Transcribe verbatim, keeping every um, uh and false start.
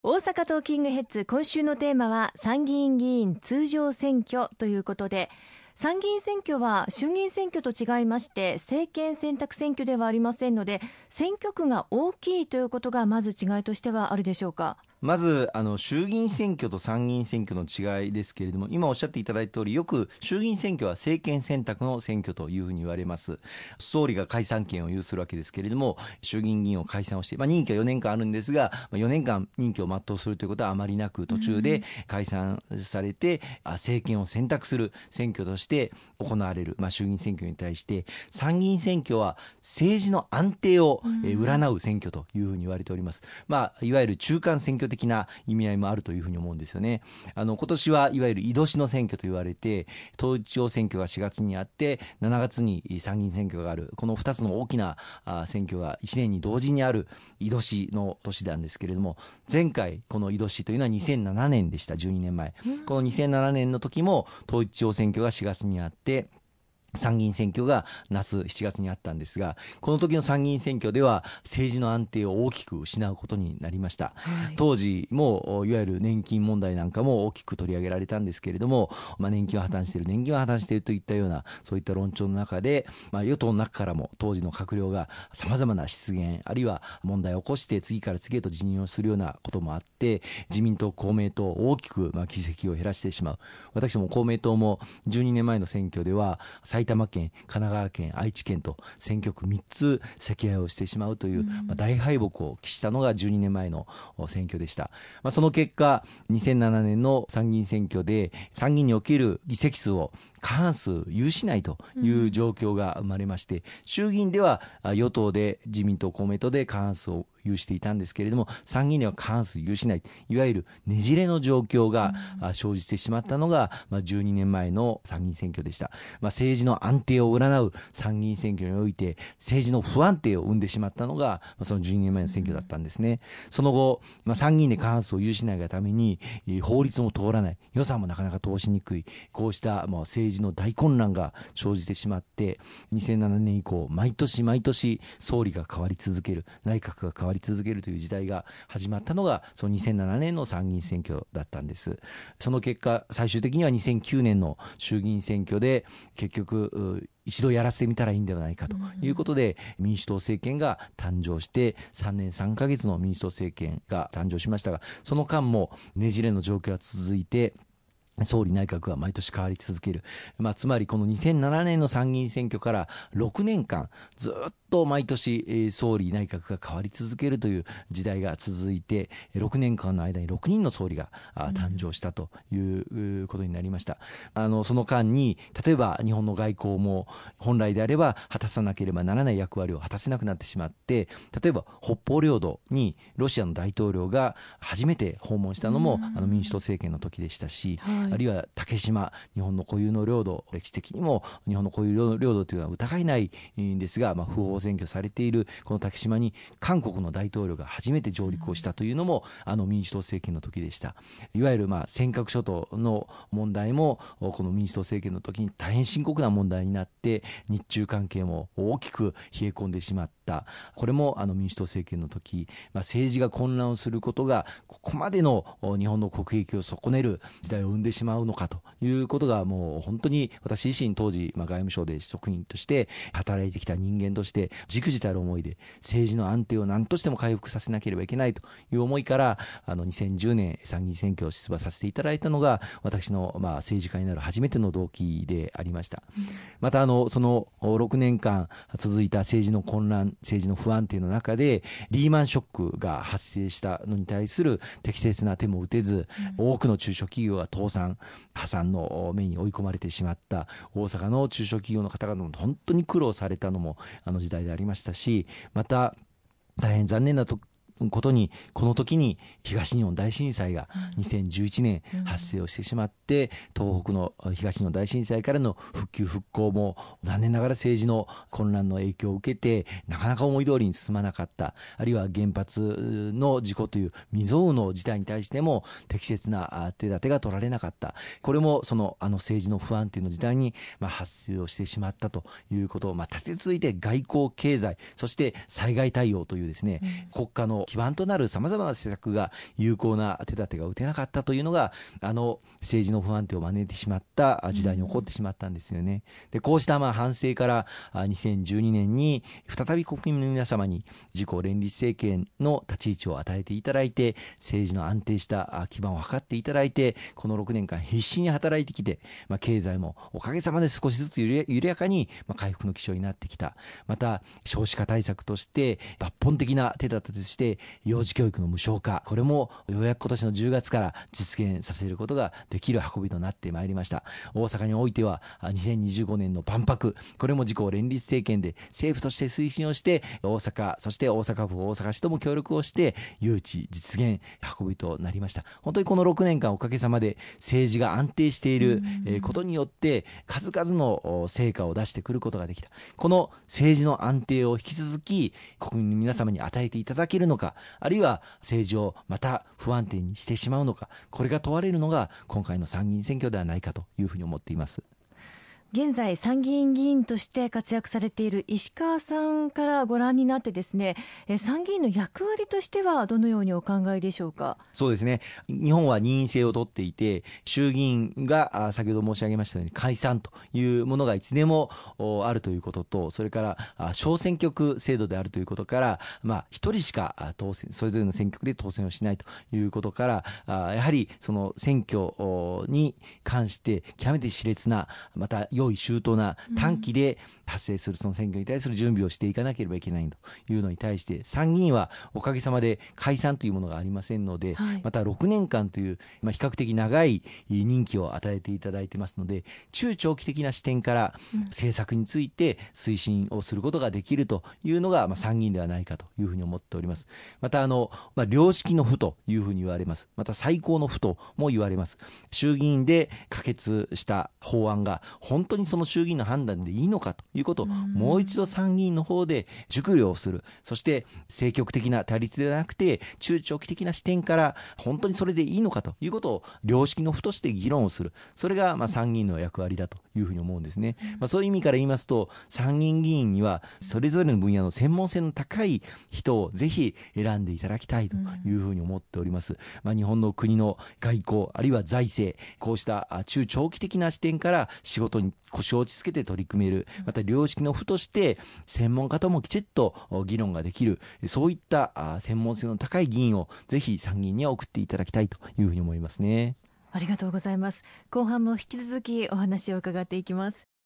大阪トーキングヘッズ、今週のテーマは参議院議員通常選挙ということで、参議院選挙は衆議院選挙と違いまして政権選択選挙ではありませんので、選挙区が大きいということがまず違いとしてはあるでしょうか。 まずあの衆議院選挙と参議院選挙の違いですけれども、今おっしゃっていただいた通り、よく衆議院選挙は政権選択の選挙というふうに言われます。総理が解散権を有するわけですけれども、衆議院議員を解散をして、まあ、任期はよねんかんあるんですが、よねんかん任期を全うするということはあまりなく、途中で解散されて政権を選択する選挙として行われる、まあ、衆議院選挙に対して、参議院選挙は政治の安定を占う選挙というふうに言われております。まあ、いわゆる中間選挙的な意味合いもあるというふうに思うんですよね。あの今年はいわゆる井戸の選挙と言われて、統一地方選挙がしがつにあって、しちがつに参議院選挙がある、このふたつの大きな選挙がいちねんに同時にある井戸の年なんですけれども、前回この井戸というのはにせんななねんでした。じゅうにねんまえ、このにせんななねんの時も統一地方選挙がしがつにあって、参議院選挙が夏しちがつにあったんですが、この時の参議院選挙では政治の安定を大きく失うことになりました、はい、当時もいわゆる年金問題なんかも大きく取り上げられたんですけれども、まあ、年金は破綻している年金は破綻しているといったような、そういった論調の中で、まあ、与党の中からも当時の閣僚がさまざまな失言あるいは問題を起こして次から次へと辞任をするようなこともあって、自民党公明党大きくまあ議席を減らしてしまう。私も公明党もじゅうにねんまえの選挙では埼玉県、神奈川県、愛知県と選挙区みっつ惜敗をしてしまうという、まあ、大敗北を喫したのがじゅうにねんまえの選挙でした。まあ、その結果にせんななねんの参議院選挙で参議院における議席数を過半数有しないという状況が生まれまして、衆議院では与党で自民党公明党で過半数を有していたんですけれども、参議院では過半数有しない、いわゆるねじれの状況が生じてしまったのが、まあ、じゅうにねんまえの参議院選挙でした。まあ、政治の安定を占う参議院選挙において政治の不安定を生んでしまったのが、まあ、そのじゅうにねんまえの選挙だったんですね。その後、まあ、参議院で過半数を有しないがために法律も通らない、予算もなかなか通しにくい、こうしたもう政治の大混乱が生じてしまって、にせんななねん以降毎年毎年総理が変わり続ける、内閣が変わり続けるという時代が始まったのがそのにせんななねんの参議院選挙だったんです。その結果、最終的にはにせんきゅうねんの衆議院選挙で結局一度やらせてみたらいいんではないかということで、民主党政権が誕生してさんねんさんかげつの民主党政権が誕生しましたが、その間もねじれの状況が続いて、総理内閣が毎年変わり続ける、まあ、つまりこのにせんななねんの参議院選挙からろくねんかんずっと毎年総理内閣が変わり続けるという時代が続いて、ろくねんかんの間にろくにんの総理が誕生したということになりました。あのその間に例えば日本の外交も本来であれば果たさなければならない役割を果たせなくなってしまって、例えば北方領土にロシアの大統領が初めて訪問したのもあの民主党政権の時でしたし、はい、あるいは竹島、日本の固有の領土、歴史的にも日本の固有領土というのは疑いないんですが、まあ、不法占拠されているこの竹島に韓国の大統領が初めて上陸をしたというのもあの民主党政権の時でした。いわゆるまあ尖閣諸島の問題もこの民主党政権の時に大変深刻な問題になって、日中関係も大きく冷え込んでしまった。これもあの民主党政権の時、まあ、政治が混乱をすることがここまでの日本の国益を損ねる時代を生んでしまうのかということが、もう本当に私自身当時、まあ、外務省で職員として働いてきた人間としてじくじたる思いで、政治の安定を何としても回復させなければいけないという思いから、あのにせんじゅうねん参議院選挙を出馬させていただいたのが私のまあ政治家になる初めての動機でありました、うん、またあのそのろくねんかん続いた政治の混乱、政治の不安定の中でリーマンショックが発生したのに対する適切な手も打てず、うん、多くの中小企業が倒産破産の目に追い込まれてしまった大阪の中小企業の方々も本当に苦労されたのもあの時代でありましたし、また大変残念なとことにこの時に東日本大震災がにせんじゅういちねん発生をしてしまって、東北の東日本大震災からの復旧復興も残念ながら政治の混乱の影響を受けてなかなか思い通りに進まなかった。あるいは原発の事故という未曾有の事態に対しても適切な手立てが取られなかった。これもそのあの政治の不安定の時代にまあ発生をしてしまったということを、まあ立て続いて外交経済そして災害対応というですね、国家の基盤となるさまざまな施策が有効な手立てが打てなかったというのが、あの政治の不安定を招いてしまった時代に起こってしまったんですよね。でこうしたまあ反省からにせんじゅうにねんに再び国民の皆様に自公連立政権の立ち位置を与えていただいて、政治の安定した基盤を図っていただいて、このろくねんかん必死に働いてきて、まあ、経済もおかげさまで少しずつ緩やかにまあ回復の基調になってきた。また少子化対策として抜本的な手立てとして幼児教育の無償化、これもようやく今年のじゅうがつから実現させることができる運びとなってまいりました。大阪においてはにせんにじゅうごねんの万博、これも自公連立政権で政府として推進をして、大阪そして大阪府大阪市とも協力をして誘致実現運びとなりました。本当にこのろくねんかんおかげさまで政治が安定していることによって数々の成果を出してくることができた。この政治の安定を引き続き国民の皆様に与えていただけるのか、あるいは政治をまた不安定にしてしまうのか、これが問われるのが今回の参議院選挙ではないかというふうに思っています。 現在参議院議員として活躍されている石川さんからご覧になってですね、え参議院の役割としてはどのようにお考えでしょうか。 そうですね、日本は任意制を取っていて、衆議院が先ほど申し上げましたように解散というものがいつでもあるということと、それから小選挙区制度であるということから、まあ、ひとりしか当選、それぞれの選挙区で当選をしないということから、やはりその選挙に関して極めて熾烈な、また用意周到な短期で発生するその選挙に対する準備をしていかなければいけないというのに対して、参議院はおかげさまで解散というものがありませんので、はい、またろくねんかんという、まあ、比較的長い任期を与えていただいてますので、中長期的な視点から政策について推進をすることができるというのが、まあ、参議院ではないかというふうに思っております。またあの、まあ、良識の府というふうに言われます。また最高の府とも言われます。衆議院で可決した法案が本当にその衆議院の判断でいいのかということをもう一度参議院の方で熟慮をする。そして政局的な対立ではなくて中長期的な視点から本当にそれでいいのかということを良識の府として議論をする。それがまあ参議院の役割だというふうに思うんですね。まあ、そういう意味から言いますと、参議院議員にはそれぞれの分野の専門性の高い人をぜひ選んでいただきたいというふうに思っております。まあ、日本の国の外交あるいは財政、こうした中長期的な視点から仕事に腰を落ち着けて取り組める、また良識の府として専門家ともきちっと議論ができる、そういった専門性の高い議員をぜひ参議院には送っていただきたいというふうに思いますね。 ありがとうございます。後半も引き続きお話を伺っていきます。